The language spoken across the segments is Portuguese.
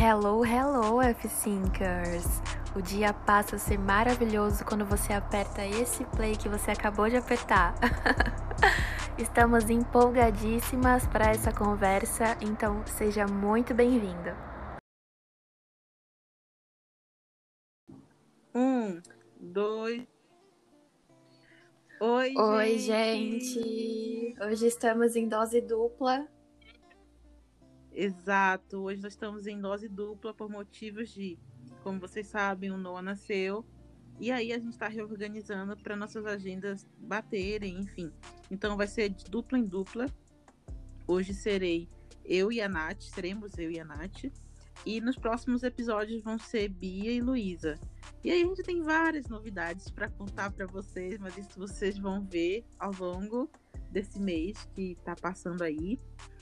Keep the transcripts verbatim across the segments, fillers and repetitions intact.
Hello, hello, F cincers! O dia passa a ser maravilhoso quando você aperta esse play que você acabou de apertar. Estamos empolgadíssimas para essa conversa, então seja muito bem-vindo. Um, dois. Oi, Oi, gente. gente! Hoje estamos em dose dupla. Exato, hoje nós estamos em dose dupla por motivos de, como vocês sabem, o Noah nasceu. E aí a gente está reorganizando para nossas agendas baterem, enfim. Então vai ser de dupla em dupla. Hoje serei eu e a Nath, seremos eu e a Nath. E nos próximos episódios vão ser Bia e Luísa. E aí a gente tem várias novidades para contar para vocês, mas isso vocês vão ver ao longo desse mês que está passando aí.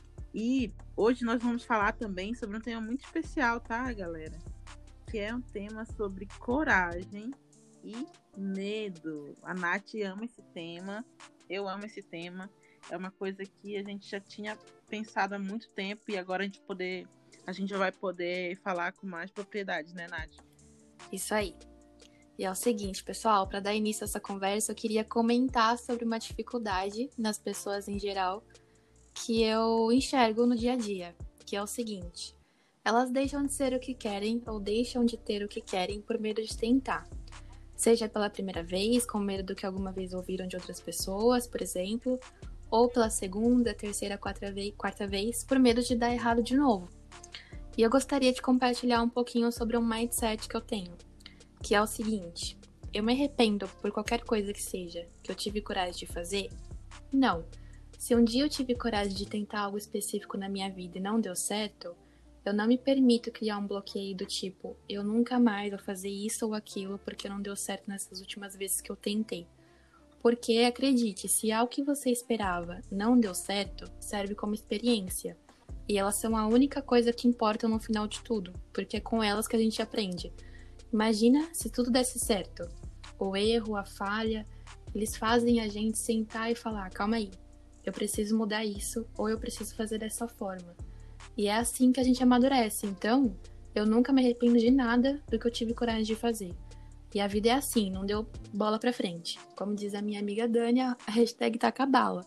E hoje nós vamos falar também sobre um tema muito especial, tá, galera? Que é um tema sobre coragem e medo. A Nath ama esse tema, eu amo esse tema. É uma coisa que a gente já tinha pensado há muito tempo e agora a gente poder, a gente já vai poder falar com mais propriedade, né, Nath? Isso aí. E é o seguinte, pessoal, para dar início a essa conversa, eu queria comentar sobre uma dificuldade nas pessoas em geral que eu enxergo no dia a dia, que é o seguinte: elas deixam de ser o que querem ou deixam de ter o que querem por medo de tentar. Seja pela primeira vez, com medo do que alguma vez ouviram de outras pessoas, por exemplo, ou pela segunda, terceira, quarta vez, quarta vez, por medo de dar errado de novo. E eu gostaria de compartilhar um pouquinho sobre um mindset que eu tenho, que é o seguinte: eu me arrependo por qualquer coisa que seja que eu tive coragem de fazer? Não. Se um dia eu tive coragem de tentar algo específico na minha vida e não deu certo, eu não me permito criar um bloqueio do tipo, eu nunca mais vou fazer isso ou aquilo porque não deu certo nessas últimas vezes que eu tentei. Porque, acredite, se algo que você esperava não deu certo, serve como experiência. E elas são a única coisa que importa no final de tudo, porque é com elas que a gente aprende. Imagina se tudo desse certo. O erro, a falha, eles fazem a gente sentar e falar, calma aí, eu preciso mudar isso, ou eu preciso fazer dessa forma. E é assim que a gente amadurece. Então, eu nunca me arrependo de nada do que eu tive coragem de fazer. E a vida é assim, não deu bola pra frente. Como diz a minha amiga Dani, a hashtag taca bala.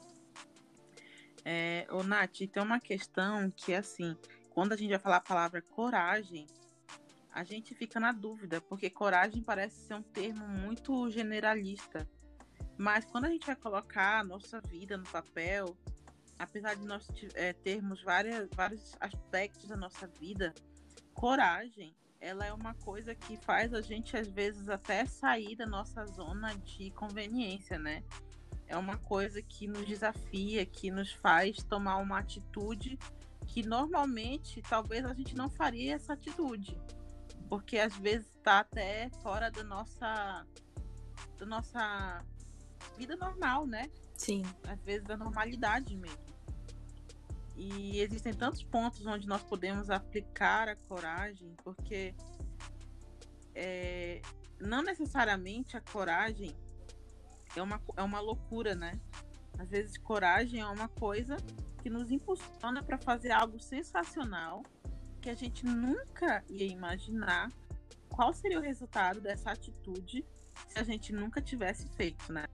É, ô, Nath, tem uma questão que é assim, quando a gente vai falar a palavra coragem, a gente fica na dúvida, porque coragem parece ser um termo muito generalista. Mas quando a gente vai colocar a nossa vida no papel, apesar de nós é, termos várias, vários aspectos da nossa vida, coragem, ela é uma coisa que faz a gente, às vezes, até sair da nossa zona de conveniência, né? É uma coisa que nos desafia, que nos faz tomar uma atitude que normalmente, talvez, a gente não faria essa atitude. Porque, às vezes, está até fora da nossa, da nossa vida normal, né? Sim. Às vezes da normalidade mesmo. E existem tantos pontos onde nós podemos aplicar a coragem, porque é, não necessariamente a coragem é uma, é uma loucura, né? Às vezes coragem é uma coisa que nos impulsiona para fazer algo sensacional que a gente nunca ia imaginar qual seria o resultado dessa atitude se a gente nunca tivesse feito, né?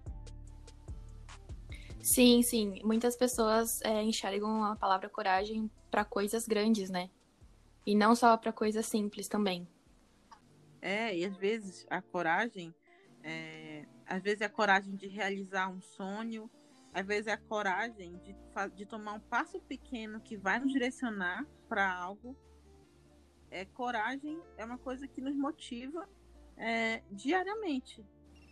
Sim, sim. Muitas pessoas é, enxergam a palavra coragem para coisas grandes, né? E não só para coisas simples também. É, e às vezes a coragem, é, às vezes é a coragem de realizar um sonho, às vezes é a coragem de, de tomar um passo pequeno que vai nos direcionar para algo. É, coragem é uma coisa que nos motiva é, diariamente.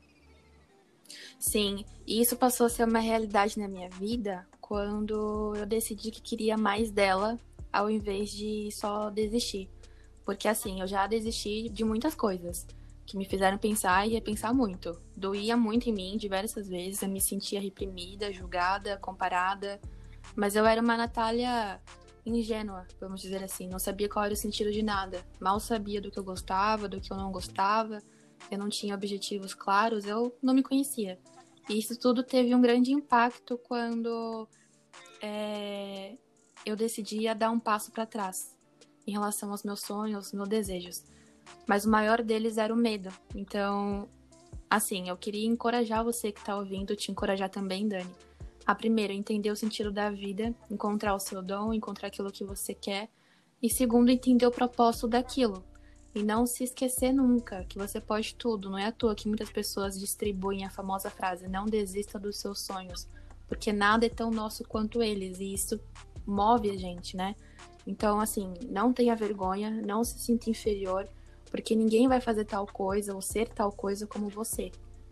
Sim, e isso passou a ser uma realidade na minha vida quando eu decidi que queria mais dela ao invés de só desistir. Porque assim, eu já desisti de muitas coisas que me fizeram pensar e repensar muito. Doía muito em mim diversas vezes, eu me sentia reprimida, julgada, comparada. Mas eu era uma Natália ingênua, vamos dizer assim. Não sabia qual era o sentido de nada. Mal sabia do que eu gostava, do que eu não gostava. Eu não tinha objetivos claros, eu não me conhecia. E isso tudo teve um grande impacto quando é, eu decidi dar um passo para trás. em relação aos meus sonhos, aos meus desejos. Mas o maior deles era o medo. Então, assim, eu queria encorajar você que tá ouvindo, te encorajar também, Dani, a primeiro, entender o sentido da vida, encontrar o seu dom, encontrar aquilo que você quer. E segundo, entender o propósito daquilo. E não se esquecer nunca que você pode tudo. Não é à toa que muitas pessoas distribuem a famosa frase: não desista dos seus sonhos, porque nada é tão nosso quanto eles. E isso move a gente, né? Então, assim, não tenha vergonha, não se sinta inferior, porque ninguém vai fazer tal coisa ou ser tal coisa como você.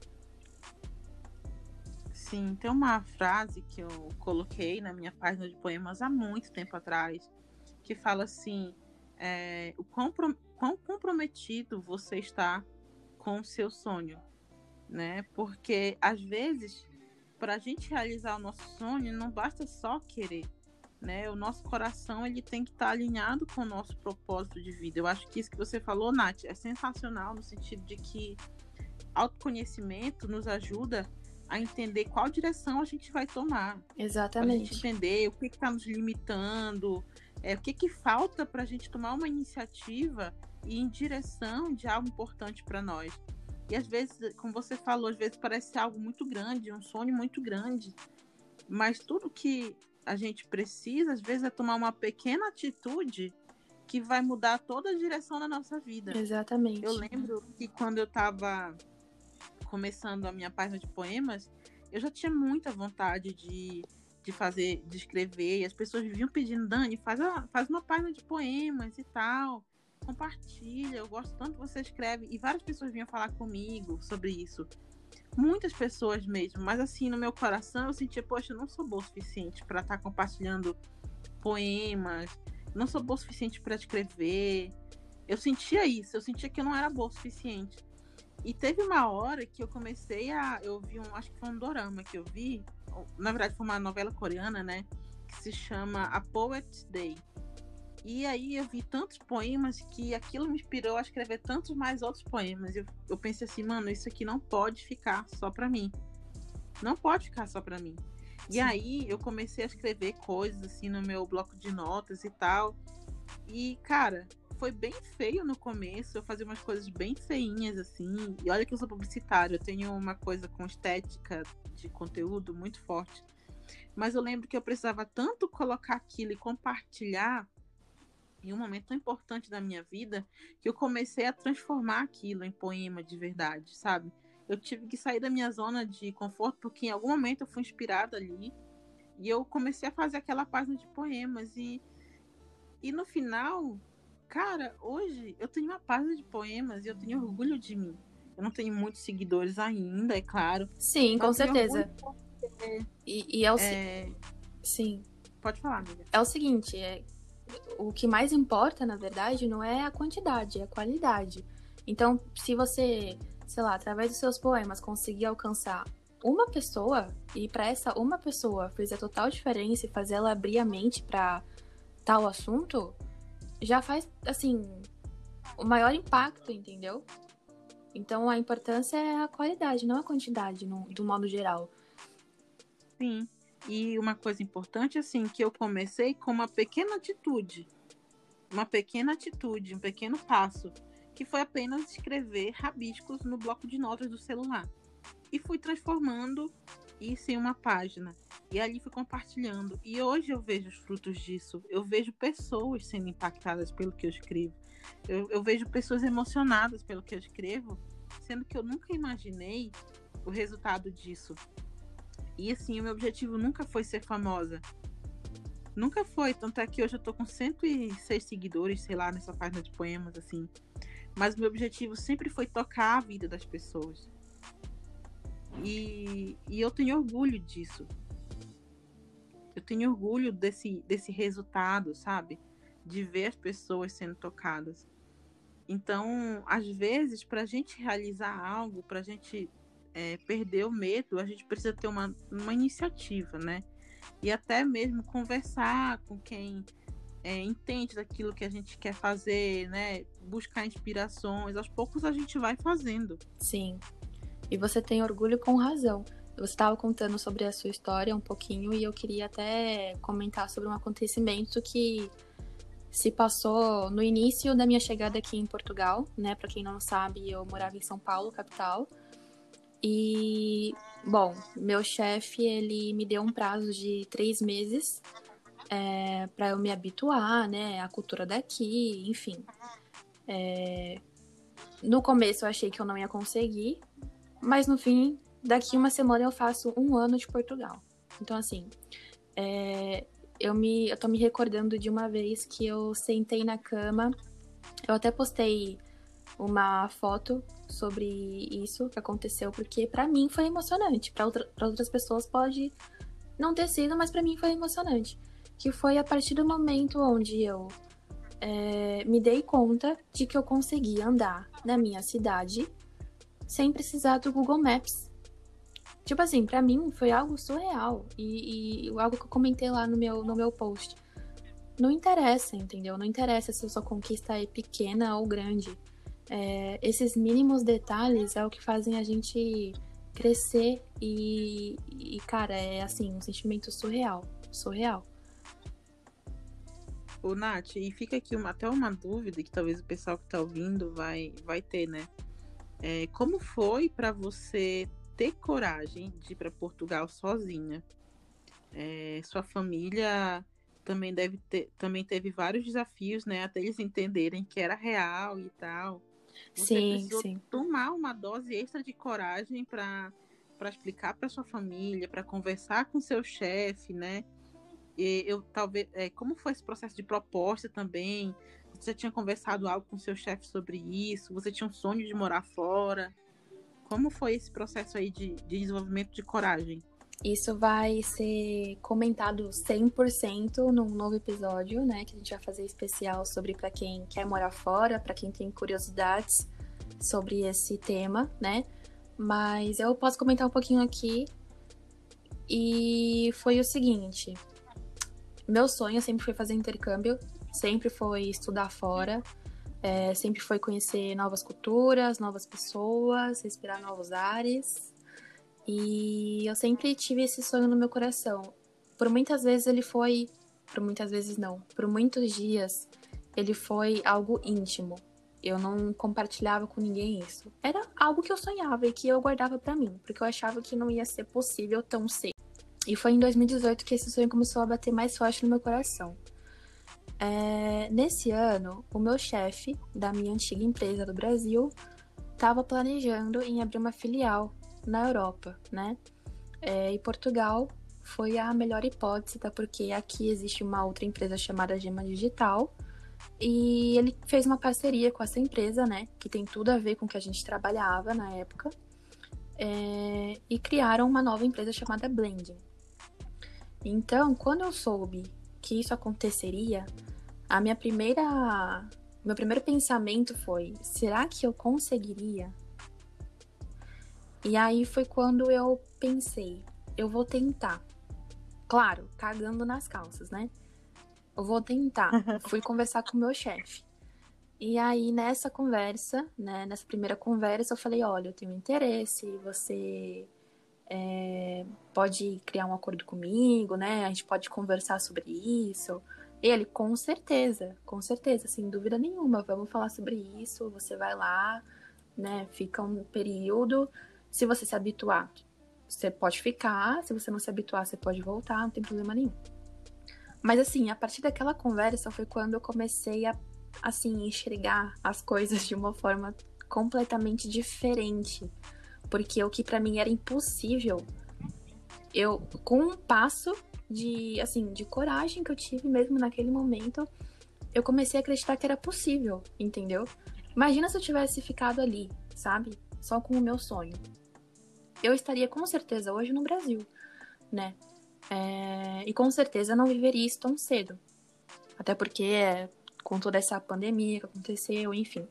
Sim, tem uma frase que eu coloquei na minha página de poemas há muito tempo atrás, que fala assim, é, o quão, quão comprometido você está com o seu sonho, né? Porque, às vezes, para a gente realizar o nosso sonho, não basta só querer, né? O nosso coração, ele tem que estar alinhado com o nosso propósito de vida. Eu acho que isso que você falou, Nath, é sensacional, no sentido de que autoconhecimento nos ajuda a entender qual direção a gente vai tomar. Exatamente. Para a gente entender o que está nos limitando, é, o que, que falta para a gente tomar uma iniciativa e ir em direção de algo importante para nós. E às vezes, como você falou, às vezes parece algo muito grande, um sonho muito grande, mas tudo que a gente precisa, às vezes, é tomar uma pequena atitude que vai mudar toda a direção da nossa vida. Exatamente. Eu lembro que quando eu estava começando a minha página de poemas, eu já tinha muita vontade de, de fazer, de escrever, e as pessoas vinham pedindo: Dani, faz, a, faz uma página de poemas e tal, compartilha, eu gosto tanto que você escreve, e várias pessoas vinham falar comigo sobre isso, muitas pessoas mesmo, mas assim, no meu coração eu sentia, poxa, eu não sou boa o suficiente para estar compartilhando poemas, não sou boa o suficiente para escrever, eu sentia isso, eu sentia que eu não era boa o suficiente. E teve uma hora que eu comecei a... Eu vi um... Acho que foi um dorama que eu vi. Na verdade, foi uma novela coreana, né? Que se chama A Poet's Day. E aí eu vi tantos poemas que aquilo me inspirou a escrever tantos mais outros poemas. Eu, eu pensei assim, mano, isso aqui não pode ficar só pra mim. Não pode ficar só pra mim. E Sim. aí eu comecei a escrever coisas assim no meu bloco de notas e tal. E, cara... Foi bem feio no começo, eu fazia umas coisas bem feinhas, assim. E olha que eu sou publicitária, eu tenho uma coisa com estética de conteúdo muito forte. Mas eu lembro que eu precisava tanto colocar aquilo e compartilhar em um momento tão importante da minha vida, que eu comecei a transformar aquilo em poema de verdade, sabe? Eu tive que sair da minha zona de conforto, porque em algum momento eu fui inspirada ali. E eu comecei a fazer aquela página de poemas. E, e no final... Cara, hoje eu tenho uma página de poemas e eu tenho orgulho de mim. Eu não tenho muitos seguidores ainda, é claro. Sim, com certeza. E, e é o é... Sim. Pode falar, amiga. É o seguinte, é... o que mais importa, na verdade, não é a quantidade, é a qualidade. Então, se você, sei lá, através dos seus poemas conseguir alcançar uma pessoa, e para essa uma pessoa fazer total diferença e fazer ela abrir a mente para tal assunto, já faz, assim, o maior impacto, entendeu? Então, a importância é a qualidade, não a quantidade, no, do modo geral. Sim, e uma coisa importante, assim, que eu comecei com uma pequena atitude, uma pequena atitude, um pequeno passo, que foi apenas escrever rabiscos no bloco de notas do celular. E fui transformando isso em uma página. E ali fui compartilhando. E hoje eu vejo os frutos disso. Eu vejo pessoas sendo impactadas pelo que eu escrevo. Eu, eu vejo pessoas emocionadas pelo que eu escrevo, sendo que eu nunca imaginei o resultado disso. E assim, o meu objetivo nunca foi ser famosa. Nunca foi. Tanto é que hoje eu tô com cento e seis seguidores, sei lá, nessa página de poemas, assim. Mas o meu objetivo sempre foi tocar a vida das pessoas. E, e eu tenho orgulho disso. Eu tenho orgulho desse, desse resultado, sabe? De ver as pessoas sendo tocadas. Então, às vezes, para a gente realizar algo, para a gente é, perder o medo, a gente precisa ter uma, uma iniciativa, né? E até mesmo conversar com quem é, entende daquilo que a gente quer fazer, né? Buscar inspirações. Aos poucos a gente vai fazendo. Sim. E você tem orgulho com razão. Você estava contando sobre a sua história um pouquinho e eu queria até comentar sobre um acontecimento que se passou no início da minha chegada aqui em Portugal, né? Para quem não sabe, eu morava em São Paulo, capital. E, bom, meu chefe, ele me deu um prazo de três meses é, para eu me habituar, né? À cultura daqui, enfim. É, no começo eu achei que eu não ia conseguir, mas no fim, daqui uma semana eu faço um ano de Portugal. Então, assim, é, eu, me, eu tô me recordando de uma vez que eu sentei na cama, eu até postei uma foto sobre isso que aconteceu, porque pra mim foi emocionante. Pra, outra, pra outras pessoas pode não ter sido, mas pra mim foi emocionante. Que foi a partir do momento onde eu é, me dei conta de que eu conseguia andar na minha cidade sem precisar do Google Maps. Tipo assim, pra mim foi algo surreal. E, e algo que eu comentei lá no meu, no meu post. Não interessa, entendeu? Não interessa se a sua conquista é pequena ou grande. É, esses mínimos detalhes é o que fazem a gente crescer e, e, cara, é assim, um sentimento surreal. Surreal. Ô, Nath, e fica aqui uma, até uma dúvida que talvez o pessoal que tá ouvindo vai, vai ter, né? É, como foi para você ter coragem de ir para Portugal sozinha? É, sua família também deve ter, também teve vários desafios, né? Até eles entenderem que era real e tal. Você Sim, precisou sim. tomar uma dose extra de coragem para para explicar para sua família, para conversar com seu chefe, né? E eu talvez, é, como foi esse processo de proposta também? Você já tinha conversado algo com seu chefe sobre isso? Você tinha um sonho de morar fora? Como foi esse processo aí de, de desenvolvimento de coragem? Isso vai ser comentado cem por cento num novo episódio, né? Que a gente vai fazer especial sobre para quem quer morar fora, para quem tem curiosidades sobre esse tema, né? Mas eu posso comentar um pouquinho aqui. E foi o seguinte: meu sonho sempre foi fazer intercâmbio, sempre foi estudar fora, é, sempre foi conhecer novas culturas, novas pessoas, respirar novos ares. E eu sempre tive esse sonho no meu coração. Por muitas vezes ele foi... Por muitas vezes não. Por muitos dias ele foi algo íntimo. Eu não compartilhava com ninguém isso. Era algo que eu sonhava e que eu guardava pra mim, porque eu achava que não ia ser possível tão cedo. E foi em dois mil e dezoito que esse sonho começou a bater mais forte no meu coração. É... Nesse ano, o meu chefe da minha antiga empresa do Brasil estava planejando em abrir uma filial na Europa, né? É, e Portugal foi a melhor hipótese, tá? Porque aqui existe uma outra empresa chamada Gema Digital e ele fez uma parceria com essa empresa, né? Que tem tudo a ver com o que a gente trabalhava na época, é, e criaram uma nova empresa chamada Blending. Então, quando eu soube que isso aconteceria, a minha primeira, meu primeiro pensamento foi: será que eu conseguiria? E aí foi quando eu pensei, eu vou tentar. Claro, cagando nas calças, né? Eu vou tentar. Fui conversar com o meu chefe. E aí, nessa conversa, né? Nessa primeira conversa, eu falei, olha, eu tenho interesse, você é, pode criar um acordo comigo, né? A gente pode conversar sobre isso. Ele, com certeza, com certeza, sem dúvida nenhuma, vamos falar sobre isso, você vai lá, né? Fica um período... Se você se habituar, você pode ficar. Se você não se habituar, você pode voltar, não tem problema nenhum. Mas assim, a partir daquela conversa foi quando eu comecei a, assim, enxergar as coisas de uma forma completamente diferente. Porque o que pra mim era impossível, eu, com um passo de, assim, de coragem que eu tive mesmo naquele momento, eu comecei a acreditar que era possível, entendeu? Imagina se eu tivesse ficado ali, sabe? Só com o meu sonho. Eu estaria com certeza hoje no Brasil, né? É... E com certeza não viveria isso tão cedo. Até porque é, com toda essa pandemia que aconteceu, enfim.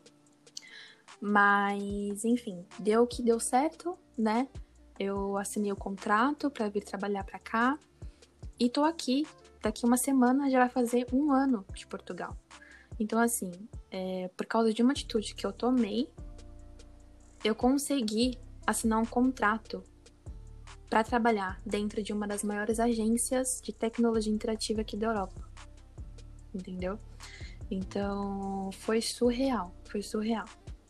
Mas, enfim, deu o que deu certo, né? Eu assinei o contrato para vir trabalhar para cá. E tô aqui. Daqui uma semana já vai fazer um ano de Portugal. Então, assim, é, por causa de uma atitude que eu tomei, eu consegui assinar um contrato para trabalhar dentro de uma das maiores agências de tecnologia interativa aqui da Europa. Entendeu? Então, foi surreal, foi surreal.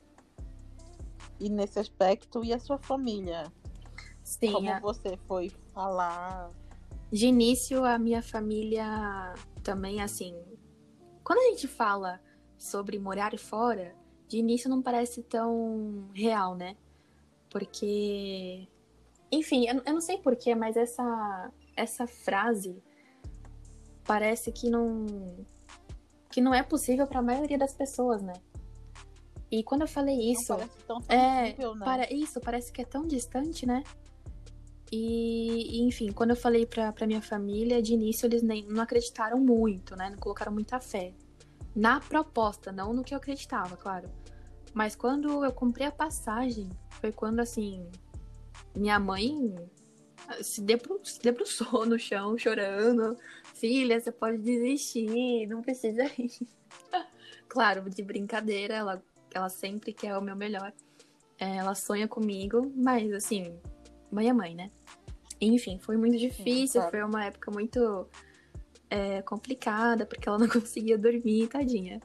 E nesse aspecto, e a sua família? Sim, Como a... você foi falar? de início, a minha família também, assim... Quando a gente fala sobre morar fora, de início não parece tão real, né? Porque... Enfim, eu, eu não sei porquê, mas essa, essa frase parece que não, que não é possível para a maioria das pessoas, né? E quando eu falei isso, Não parece tão é, tangível, né? para isso parece que é tão distante, né? E, e, enfim, quando eu falei pra, pra minha família, de início eles nem não acreditaram muito, né? Não colocaram muita fé na proposta, não no que eu acreditava, claro. Mas quando eu comprei a passagem, foi quando, assim, minha mãe se, debru se debruçou no chão, chorando. Filha, você pode desistir, não precisa ir. Claro, de brincadeira, ela, ela sempre quer o meu melhor. É, ela sonha comigo, mas, assim, mãe é mãe, né? Enfim, foi muito Sim, difícil, claro. foi uma época muito é, complicada, porque ela não conseguia dormir, tadinha.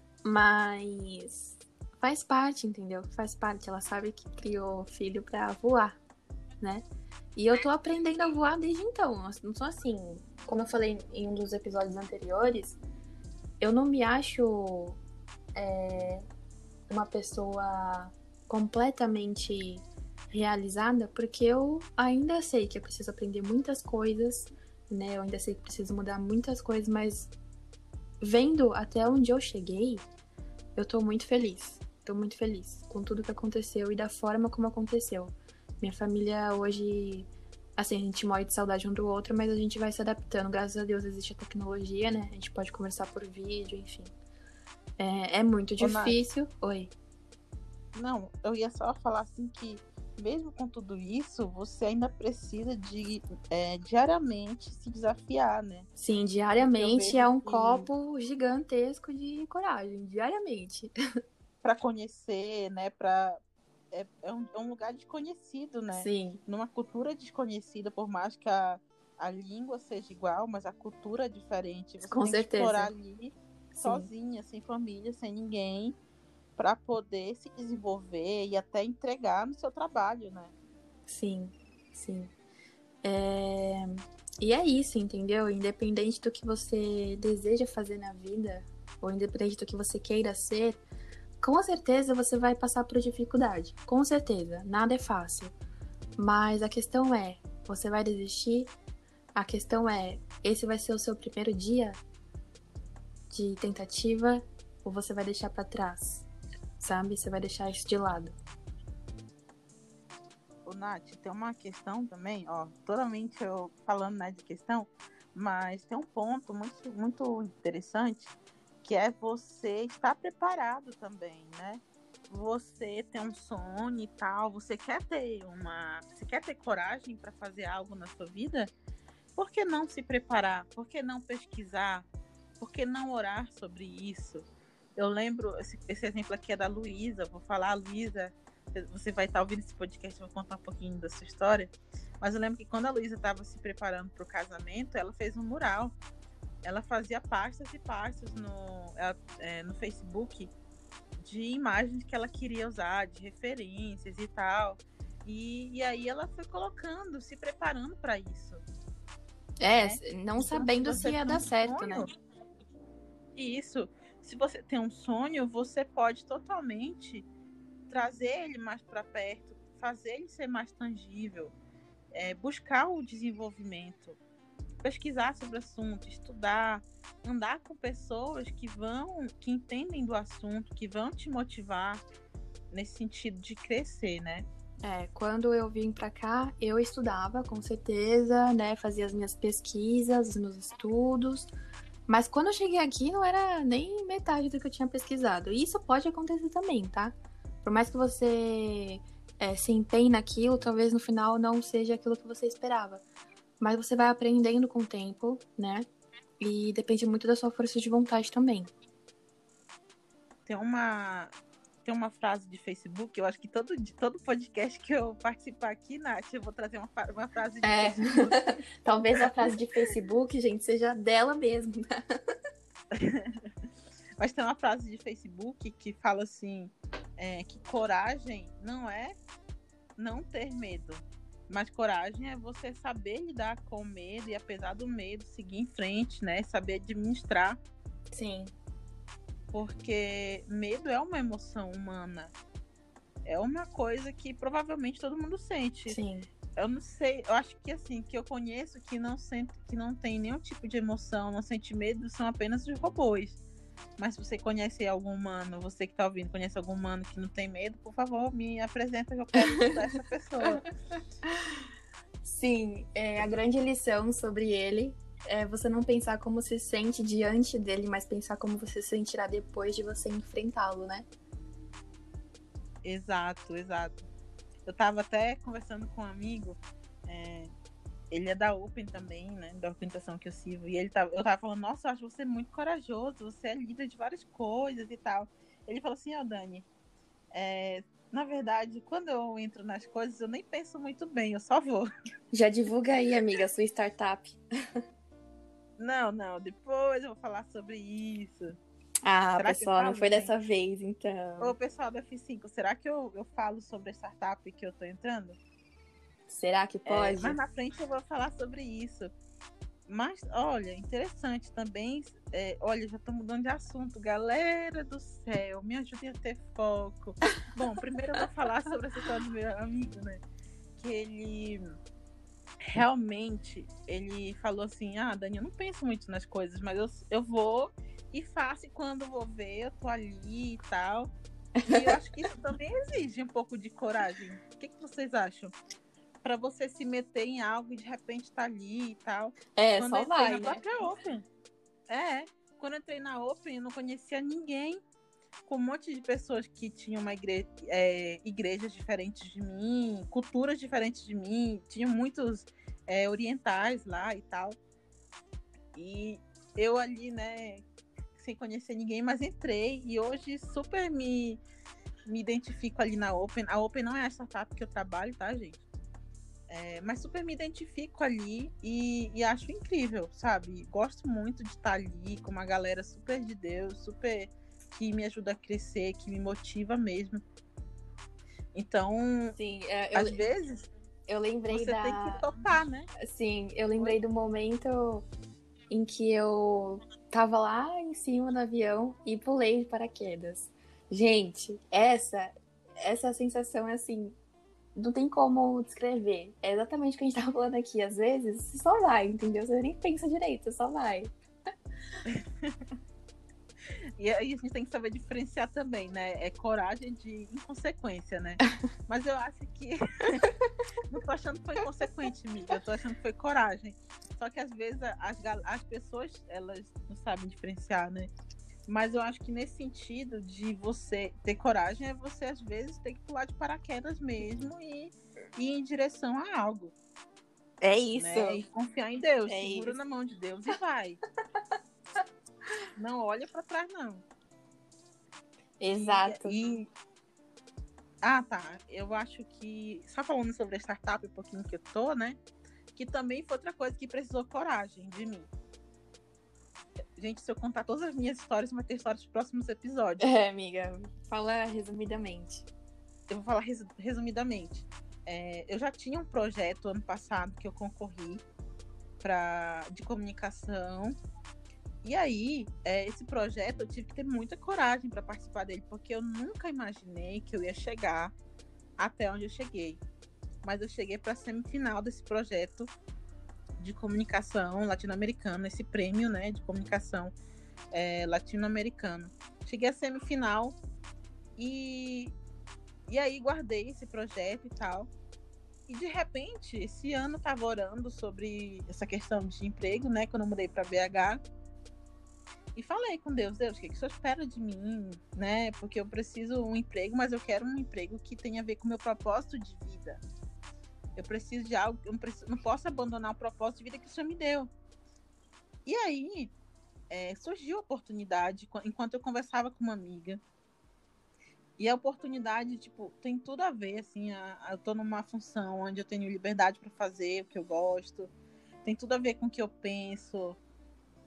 Mas faz parte, entendeu? Faz parte. Ela sabe que criou filho pra voar, né? E eu tô aprendendo a voar desde então. Eu não sou assim. Como eu falei em um dos episódios anteriores, eu não me acho é, uma pessoa completamente realizada, porque eu ainda sei que eu preciso aprender muitas coisas, né? Eu ainda sei que preciso mudar muitas coisas, mas vendo até onde eu cheguei, eu tô muito feliz. Tô muito feliz com tudo que aconteceu e da forma como aconteceu. Minha família hoje, assim, a gente morre de saudade um do outro, mas a gente vai se adaptando. Graças a Deus existe a tecnologia, né? A gente pode conversar por vídeo, enfim. É, é muito Ô, Nath, difícil. Oi. não, eu ia só falar assim que, mesmo com tudo isso, você ainda precisa de é, diariamente se desafiar, né? Sim, Porque eu diariamente é vejo um que copo gigantesco de coragem. Diariamente. para conhecer, né, para é, é, um, é um lugar desconhecido, né? Sim, Numa cultura desconhecida, por mais que a, a língua seja igual, mas a cultura é diferente. Você com tem que explorar certeza. ali Sim, sozinha, sem família, sem ninguém, para poder se desenvolver e até entregar no seu trabalho, né? sim, sim. É... E é isso, entendeu? Independente do que você deseja fazer na vida, ou independente do que você queira ser, com certeza você vai passar por dificuldade. Com certeza, nada é fácil. Mas a questão é, você vai desistir? A questão é, esse vai ser o seu primeiro dia de tentativa ou você vai deixar pra trás? Sabe? Você vai deixar isso de lado. Ô, Nath, tem uma questão também, ó, totalmente eu falando, né, de questão, mas tem um ponto muito, muito interessante, que é você estar preparado também, né? Você tem um sonho e tal, você quer ter uma, você quer ter coragem para fazer algo na sua vida? Por que não se preparar? Por que não pesquisar? Por que não orar sobre isso? Eu lembro, esse, esse exemplo aqui é da Luísa, vou falar, Luísa, você vai estar ouvindo esse podcast, eu vou contar um pouquinho da sua história, mas eu lembro que quando a Luísa estava se preparando para o casamento, ela fez um mural. Ela fazia pastas e pastas no, é, no Facebook de imagens que ela queria usar, de referências e tal. E, e aí ela foi colocando, se preparando para isso. É, Né? não Então, se sabendo se você ia tem dar um certo, né? sonho, isso, se você tem um sonho, você pode totalmente trazer ele mais para perto, fazer ele ser mais tangível, é, buscar o desenvolvimento, pesquisar sobre o assunto, estudar, andar com pessoas que vão, que entendem do assunto, que vão te motivar nesse sentido de crescer, né? É, quando eu vim pra cá, eu estudava, com certeza, né? Fazia as minhas pesquisas, os meus estudos. Mas quando eu cheguei aqui, não era nem metade do que eu tinha pesquisado. E isso pode acontecer também, tá? Por mais que você é, se empenhe naquilo, talvez no final não seja aquilo que você esperava. Mas você vai aprendendo com o tempo, né? E depende muito da sua força de vontade também. Tem uma tem uma frase de Facebook, eu acho que todo, todo podcast que eu participar aqui, Nath, eu vou trazer uma, uma frase de É, Facebook. talvez a frase de Facebook, gente, seja dela mesmo, né? Mas tem uma frase de Facebook que fala assim, é, que coragem não é não ter medo, mas coragem é você saber lidar com o medo e, apesar do medo, seguir em frente, né? Saber administrar. Sim. Porque medo é uma emoção humana. É uma coisa que provavelmente todo mundo sente. Sim. Eu não sei, eu acho que assim, que eu conheço que não sente, que não tem nenhum tipo de emoção, não sente medo, são apenas os robôs. Mas se você conhece algum humano, você que tá ouvindo, conhece algum humano que não tem medo, por favor, me apresenta que eu quero estudar essa pessoa. Sim, é, a grande lição sobre ele é você não pensar como se sente diante dele, mas pensar como você se sentirá depois de você enfrentá-lo, né? Exato, exato. Eu tava até conversando com um amigo, é, ele é da Open também, né, da organização que eu sirvo, e ele tava, eu tava falando, nossa, eu acho você muito corajoso, você é líder de várias coisas e tal. Ele falou assim, ó, oh, Dani, é, na verdade, quando eu entro nas coisas, eu nem penso muito bem, eu só vou. Já divulga aí, amiga, a sua startup. Não, não, depois eu vou falar sobre isso. Ah, será pessoal, não foi gente? dessa vez, então. Ô, pessoal da F cinco, será que eu, eu falo sobre a startup que eu tô entrando? Será que pode? É, mas na frente eu vou falar sobre isso. Mas, olha, interessante também. É, olha, já tô mudando de assunto. Galera do céu, me ajudem a ter foco. Bom, primeiro eu vou falar sobre essa história do meu amigo, né? Que ele realmente, ele falou assim, ah, Dani, eu não penso muito nas coisas, mas eu, eu vou e faço, e quando eu vou ver, eu tô ali e tal. E eu acho que isso também exige um pouco de coragem. O que, que vocês acham? Para você se meter em algo e de repente tá ali e tal. É, Quando só eu entrei vai, na né? própria Open. É, quando eu entrei na Open, eu não conhecia ninguém, com um monte de pessoas que tinham uma igre é, igrejas diferentes de mim, culturas diferentes de mim, tinham muitos é, orientais lá e tal. E eu ali, né, sem conhecer ninguém, mas entrei e hoje super me, me identifico ali na Open. A Open não é a startup que eu trabalho, tá, gente? É, mas super me identifico ali e, e acho incrível, sabe? Gosto muito de estar ali com uma galera super de Deus, super que me ajuda a crescer, que me motiva mesmo. Então, Sim, é, eu, às vezes, eu lembrei você da... tem que tocar, né? Sim, eu lembrei Oi? do momento em que eu tava lá em cima do avião e pulei de paraquedas. Gente, essa, essa sensação é assim, não tem como descrever. É exatamente o que a gente tava falando aqui. Às vezes, você só vai, entendeu? Você nem pensa direito, você só vai. E aí a gente tem que saber diferenciar também, né? É coragem de inconsequência, né? Mas eu acho que... não tô achando que foi inconsequente, amiga. Eu tô achando que foi coragem. Só que às vezes as, as pessoas, elas não sabem diferenciar, né? Mas eu acho que nesse sentido de você ter coragem é você, às vezes, ter que pular de paraquedas mesmo e ir em direção a algo. É isso. Né? E confiar em Deus. É Segura isso. na mão de Deus e vai. Não olha para trás, não. Exato. E, e... Ah, tá. Eu acho que... Só falando sobre a startup um pouquinho que eu tô, né? Que também foi outra coisa que precisou coragem de mim. Gente, se eu contar todas as minhas histórias, vai ter histórias dos próximos episódios. É, amiga. Fala resumidamente. Eu vou falar res resumidamente. É, eu já tinha um projeto ano passado que eu concorri pra, de comunicação. E aí, é, esse projeto eu tive que ter muita coragem para participar dele, porque eu nunca imaginei que eu ia chegar até onde eu cheguei. Mas eu cheguei para a semifinal desse projeto de comunicação latino-americana, esse prêmio, né, de comunicação é, latino-americano. Cheguei à semifinal e, e aí guardei esse projeto e tal. E de repente, esse ano eu tava orando sobre essa questão de emprego, né, quando eu mudei para B H. E falei com Deus, Deus, o que, que o Senhor espera de mim, né? Porque eu preciso um emprego, mas eu quero um emprego que tenha a ver com o meu propósito de vida. Eu preciso de algo, eu não, preciso, não posso abandonar o propósito de vida que o Senhor me deu. E aí, é, surgiu a oportunidade, enquanto eu conversava com uma amiga. E a oportunidade, tipo, tem tudo a ver, assim, a, a, eu tô numa função onde eu tenho liberdade para fazer o que eu gosto. Tem tudo a ver com o que eu penso.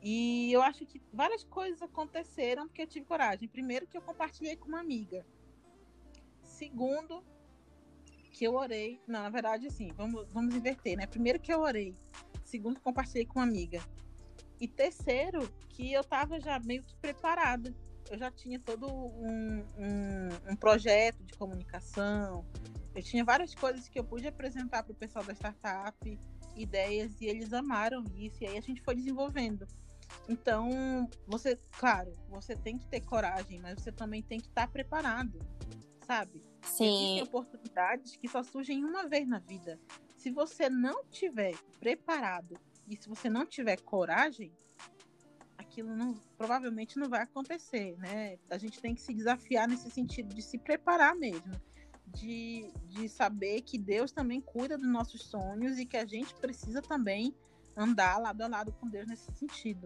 E eu acho que várias coisas aconteceram porque eu tive coragem. Primeiro, que eu compartilhei com uma amiga. Segundo, que eu orei. Não, na verdade, assim, vamos, vamos inverter, né? Primeiro, que eu orei. Segundo, que compartilhei com uma amiga. E terceiro, que eu tava já meio que preparada. Eu já tinha todo um, um, um projeto de comunicação. Eu tinha várias coisas que eu pude apresentar para o pessoal da startup, ideias, e eles amaram isso. E aí a gente foi desenvolvendo. Então, você, claro, você tem que ter coragem, mas você também tem que estar preparado, sabe? Sim. Existem oportunidades que só surgem uma vez na vida. Se você não tiver preparado e se você não tiver coragem, aquilo não, provavelmente não vai acontecer, né? A gente tem que se desafiar nesse sentido de se preparar mesmo, de, de saber que Deus também cuida dos nossos sonhos e que a gente precisa também andar lado a lado com Deus nesse sentido.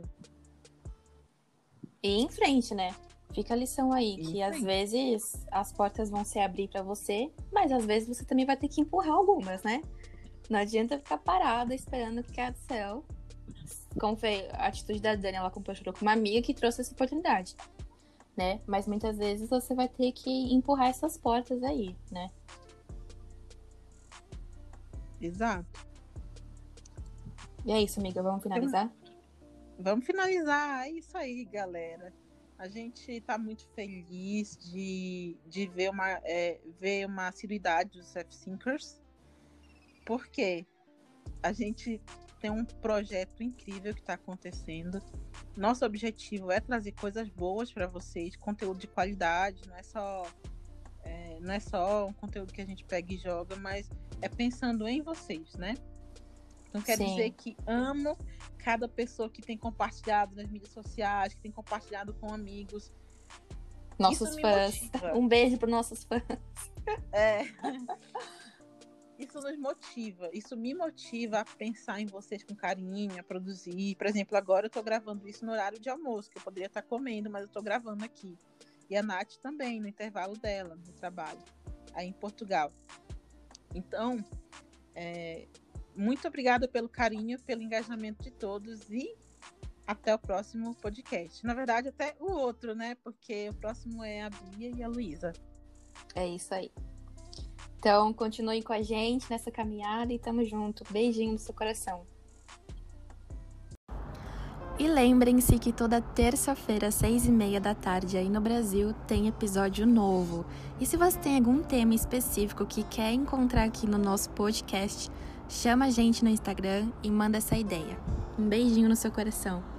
E em frente, né? Fica a lição aí, Em que frente. Às vezes as portas vão se abrir pra você, mas às vezes você também vai ter que empurrar algumas, né? Não adianta ficar parada esperando que caia do céu. Como foi a atitude da Dani, ela compartilhou com uma amiga que trouxe essa oportunidade, né? Mas muitas vezes você vai ter que empurrar essas portas aí, né? Exato. E é isso, amiga, vamos finalizar? Vamos finalizar, é isso aí, galera. A gente tá muito feliz de, de ver, uma, é, ver uma assiduidade dos F-Thinkers, porque a gente tem um projeto incrível que está acontecendo. Nosso objetivo é trazer coisas boas para vocês, conteúdo de qualidade, não é só é, não é só um conteúdo que a gente pega e joga, mas é pensando em vocês, né? Então quer Sim. dizer que amo cada pessoa que tem compartilhado nas mídias sociais, que tem compartilhado com amigos. Nossos Isso me fãs. motiva. Um beijo para nossos fãs. É. Isso nos motiva, isso me motiva a pensar em vocês com carinho, a produzir. Por exemplo, agora eu tô gravando isso no horário de almoço, que eu poderia estar comendo, mas eu tô gravando aqui. E a Nath também, no intervalo dela, no trabalho, aí em Portugal. Então, é, muito obrigada pelo carinho, pelo engajamento de todos e até o próximo podcast. Na verdade, até o outro, né? Porque o próximo é a Bia e a Luísa. É isso aí. Então, continue com a gente nessa caminhada e tamo junto. Beijinho no seu coração. E lembrem-se que toda terça-feira, às seis e meia da tarde, aí no Brasil, tem episódio novo. E se você tem algum tema específico que quer encontrar aqui no nosso podcast, chama a gente no Instagram e manda essa ideia. Um beijinho no seu coração.